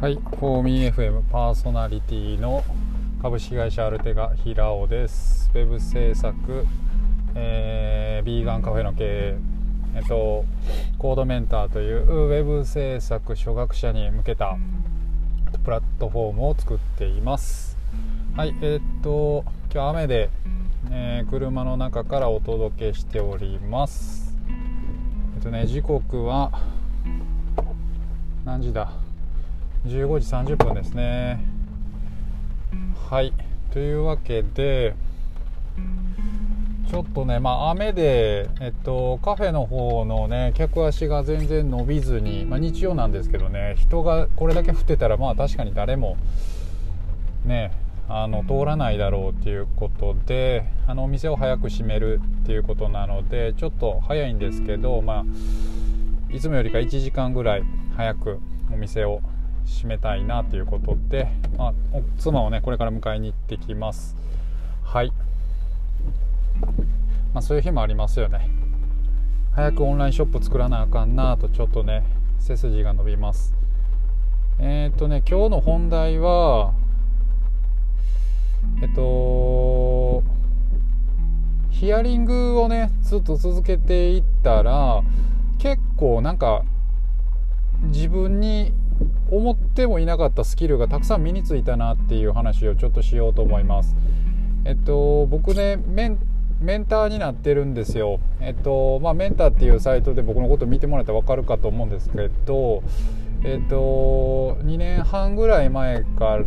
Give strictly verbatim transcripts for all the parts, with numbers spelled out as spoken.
はい、フォーミー エフエム パーソナリティの株式会社アルテガ平尾です。ウェブ制作、えー、ビーガンカフェの経営、えっと、コードメンターというウェブ制作初学者に向けたプラットフォームを作っています。はい、えっと今日雨で、えー、車の中からお届けしております。えっとね時刻は何時だじゅうごじさんじゅっぷんですね。はい、というわけでちょっとね、まあ、雨で、えっと、カフェの方のね客足が全然伸びずに、まあ、日曜なんですけどね、人がこれだけ降ってたらまあ確かに誰もねあの通らないだろうっていうことで、あのお店を早く閉めるっていうことなのでちょっと早いんですけど、まあ、いつもよりかいちじかんぐらい早くお店を閉めたいなということで、まあ、妻をねこれから迎えに行ってきます。はい、まあ、そういう日もありますよね。早くオンラインショップ作らなあかんなとちょっとね背筋が伸びます。えっとね今日の本題はえっとヒアリングをねずっと続けていったら結構なんか自分に思ってもいなかったスキルがたくさん身についたなっていう話をちょっとしようと思います。えっと僕ねメンメンターになってるんですよ。えっとまあメンターっていうサイトで僕のこと見てもらったら分かるかと思うんですけど、えっとにねんはんぐらい前から、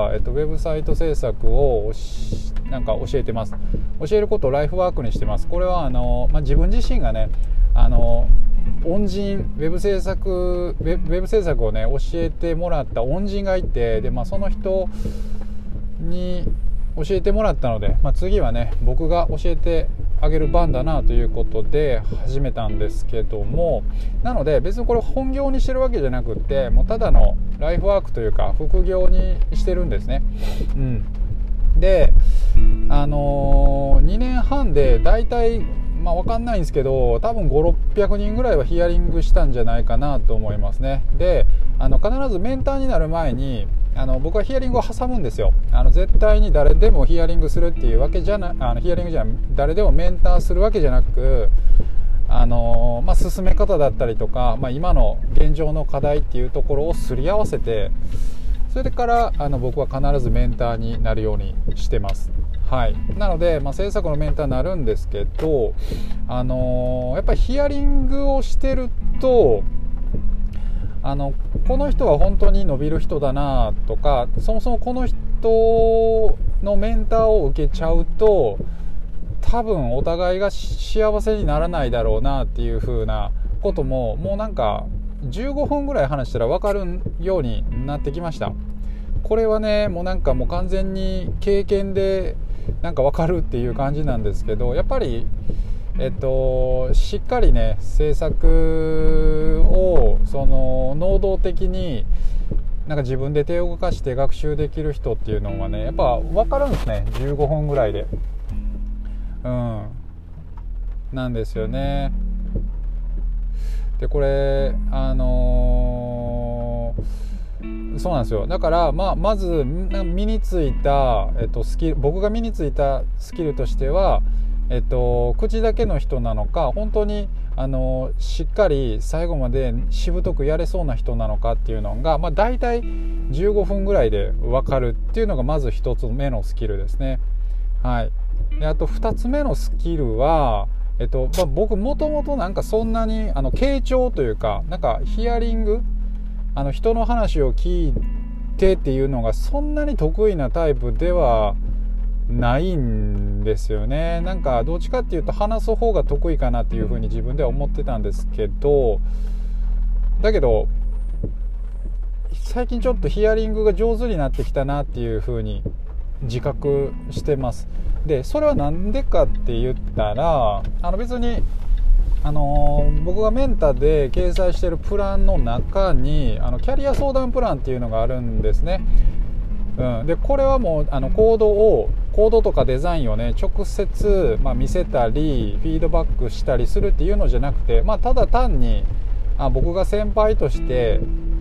えっと、ウェブサイト制作をなんか教えてます。教えることをライフワークにしてます。これはあの、まあ、自分自身がねあの恩人ウェブ制作ウェブ制作をね教えてもらった恩人がいて、で、まあ、その人に教えてもらったので、まあ、次はね僕が教えてあげる番だなということで始めたんですけども、なので別にこれ本業にしてるわけじゃなくて、もうただのライフワークというか副業にしてるんですね。うん、であのー、にねんはんでだいたいまあ、分かんないんですけど多分ごひゃくろっぴゃくにんぐらいはヒアリングしたんじゃないかなと思いますね。であの必ずメンターになる前にあの僕はヒアリングを挟むんですよ。あの絶対に誰でもヒアリングするっていうわけじゃなあのヒアリングじゃない誰でもメンターするわけじゃなく、あの、まあ、進め方だったりとか、まあ、今の現状の課題っていうところをすり合わせて、それからあの僕は必ずメンターになるようにしてます。はい、なので、まあ、制作のメンターになるんですけど、あのー、やっぱりヒアリングをしてるとあのこの人は本当に伸びる人だなとか、そもそもこの人のメンターを受けちゃうと多分お互いが幸せにならないだろうなっていう風なことももうなんかじゅうごふんぐらい話したら分かるようになってきました。これはねもうなんかもう完全に経験でなんか分かるっていう感じなんですけど、やっぱりえっとしっかりね制作をその能動的になんか自分で手を動かして学習できる人っていうのはねやっぱ分かるんですね。じゅうごふんぐらいでうんなんですよね。でこれあのーそうなんですよ。だから、まあ、まず身についた、えっと、スキル僕が身についたスキルとしては、えっと、口だけの人なのか本当にあのしっかり最後までしぶとくやれそうな人なのかっていうのが、まあ、大体じゅうごふんぐらいで分かるっていうのがまずひとつめのスキルですね。はい、であとふたつめのスキルはえっとまあ、僕もともとなんかそんなにあの傾聴というかなんかヒアリングあの人の話を聞いてっていうのがそんなに得意なタイプではないんですよね。なんかどっちかっていうと話す方が得意かなっていうふうに自分では思ってたんですけど、だけど最近ちょっとヒアリングが上手になってきたなっていうふうに自覚してます。でそれはなんでかって言ったらあの別にあのー、僕がメンタで掲載しているプランの中にあのキャリア相談プランっていうのがあるんですね。うん、でこれはもうあのコードをコードとかデザインをね直接、まあ、見せたりフィードバックしたりするっていうのじゃなくて、まあ、ただ単にあ僕が先輩として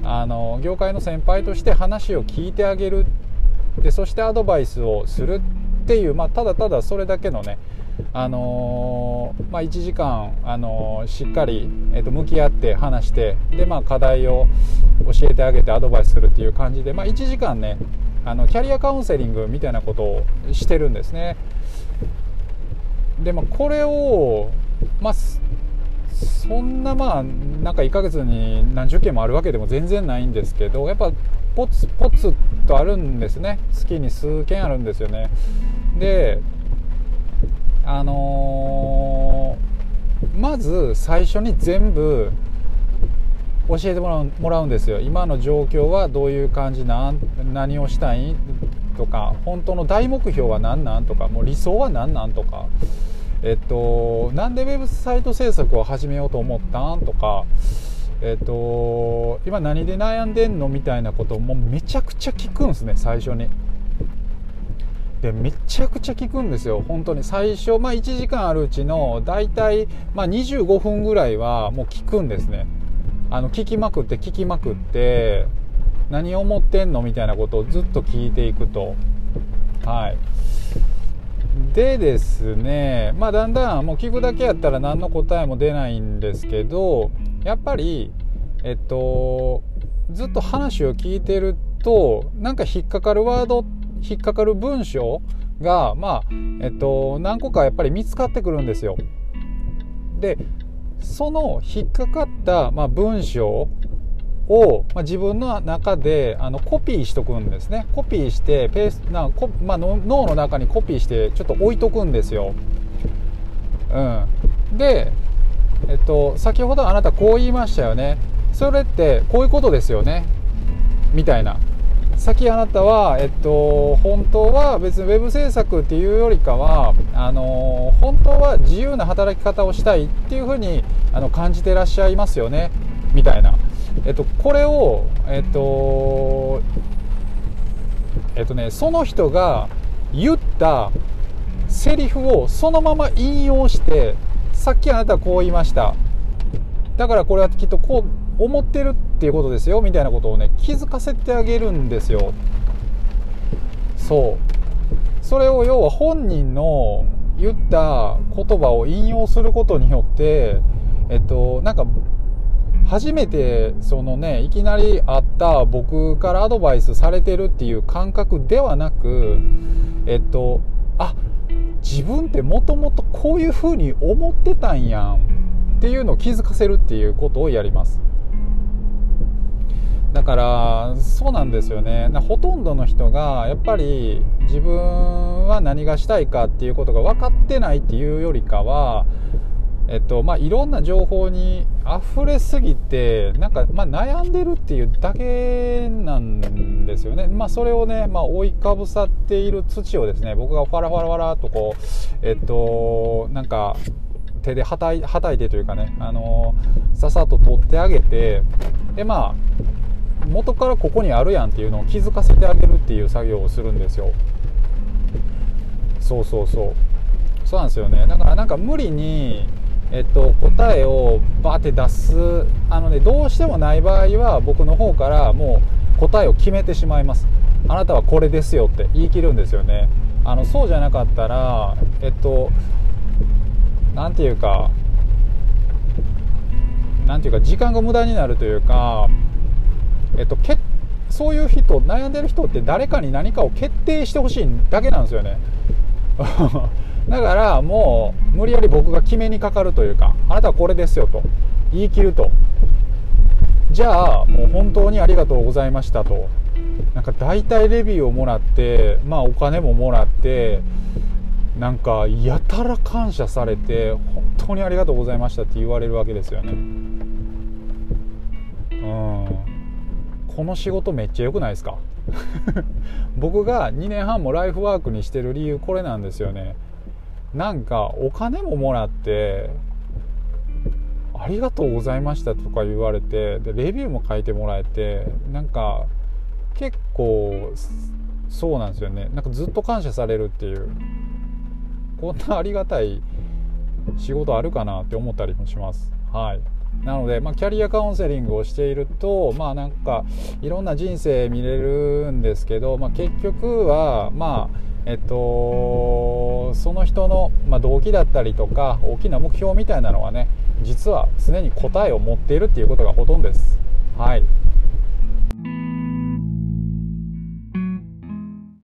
あの業界の先輩として話を聞いてあげる、でそしてアドバイスをするっていう、まあ、ただただそれだけのね、あのーまあ、いちじかん、あのー、しっかり、えーと、向き合って話して、で、まあ、課題を教えてあげてアドバイスするっていう感じで、まあ、いちじかんね、あのキャリアカウンセリングみたいなことをしてるんですね。で、まあ、これを、まあ、そんなまあなんかいっかげつに何十件もあるわけでも全然ないんですけど、やっぱポツポツとあるんですね。月に数件あるんですよね。で、あのー、まず最初に全部教えてもらう、もらうんですよ。今の状況はどういう感じなん、何をしたいとか、本当の大目標は何なんとか、もう理想は何なんとか、えっと、なんでウェブサイト制作を始めようと思ったんとか、えっと、今何で悩んでんのみたいなことをもうめちゃくちゃ聞くんですね、最初に。で、めちゃくちゃ聞くんですよ、本当に。最初、まあ、いちじかんあるうちのだいたい、まあ、にじゅうごふんぐらいはもう聞くんですね。あの聞きまくって聞きまくって何を思ってんのみたいなことをずっと聞いていくと、はい。でですね、まあ、だんだんもう聞くだけやったら何の答えも出ないんですけど、やっぱりえっとずっと話を聞いてると、なんか引っかかるワード、引っかかる文章がまあえっと何個かやっぱり見つかってくるんですよ。で、その引っかかった、まあ、文章を、まあ、自分の中であのコピーしとくんですね。コピーしてペースな、まあ、脳の中にコピーしてちょっと置いとくんですよ。うん、で、えっと、先ほどあなたこう言いましたよね、それってこういうことですよねみたいな。さっきあなたは、えっと、本当は別にウェブ制作っていうよりかはあの本当は自由な働き方をしたいっていうふうにあの感じてらっしゃいますよねみたいな。えっと、これを、えっとえっとね、その人が言ったセリフをそのまま引用して、さっきあなたはこう言いました、だからこれはきっとこう思ってるっていうことですよみたいなことをね、気づかせてあげるんですよ。そう、それを要は本人の言った言葉を引用することによって、えっとなんか初めてそのね、いきなり会った僕からアドバイスされてるっていう感覚ではなく、えっとあ、自分ってもともとこういう風に思ってたんやんっていうのを気づかせるっていうことをやります。だからそうなんですよね。ほとんどの人がやっぱり自分は何がしたいかっていうことが分かってないっていうよりかは、えっとまあ、いろんな情報に溢れすぎてなんか、まあ、悩んでるっていうだけなんですよね。まあ、それをね、まあ、覆いかぶさっている土をですね、僕がファラファラファラとこうえっとなんか手ではたい、はたいてというかね、あのー、ささっと取ってあげて、でまあ元からここにあるやんっていうのを気づかせてあげるっていう作業をするんですよ。そうそうそうそうなんですよね。だからなんか無理にえっと、答えをバーって出す、あのね、どうしてもない場合は僕の方からもう答えを決めてしまいます。あなたはこれですよって言い切るんですよね。あのそうじゃなかったら、えっとなんていうかなんていうか時間が無駄になるというか、えっとけそういう人、悩んでる人って誰かに何かを決定してほしいだけなんですよね。だからもう無理やり僕が決めにかかるというか、あなたはこれですよと言い切ると、じゃあもう本当にありがとうございましたと、なんか大体レビューをもらって、まあお金ももらって、なんかやたら感謝されて、本当にありがとうございましたって言われるわけですよね。うん、この仕事めっちゃ良くないですか？僕がにねんはんもライフワークにしてる理由これなんですよね。なんかお金ももらってありがとうございましたとか言われて、でレビューも書いてもらえて、なんか結構そうなんですよね。なんかずっと感謝されるっていう、こんなありがたい仕事あるかなって思ったりもします。はい。 なので、まあ、キャリアカウンセリングをしていると、まあ、なんかいろんな人生見れるんですけど、まあ、結局は、まあえっと、その人の、まあ、動機だったりとか大きな目標みたいなのはね、実は常に答えを持っているっていうことがほとんどです。はい。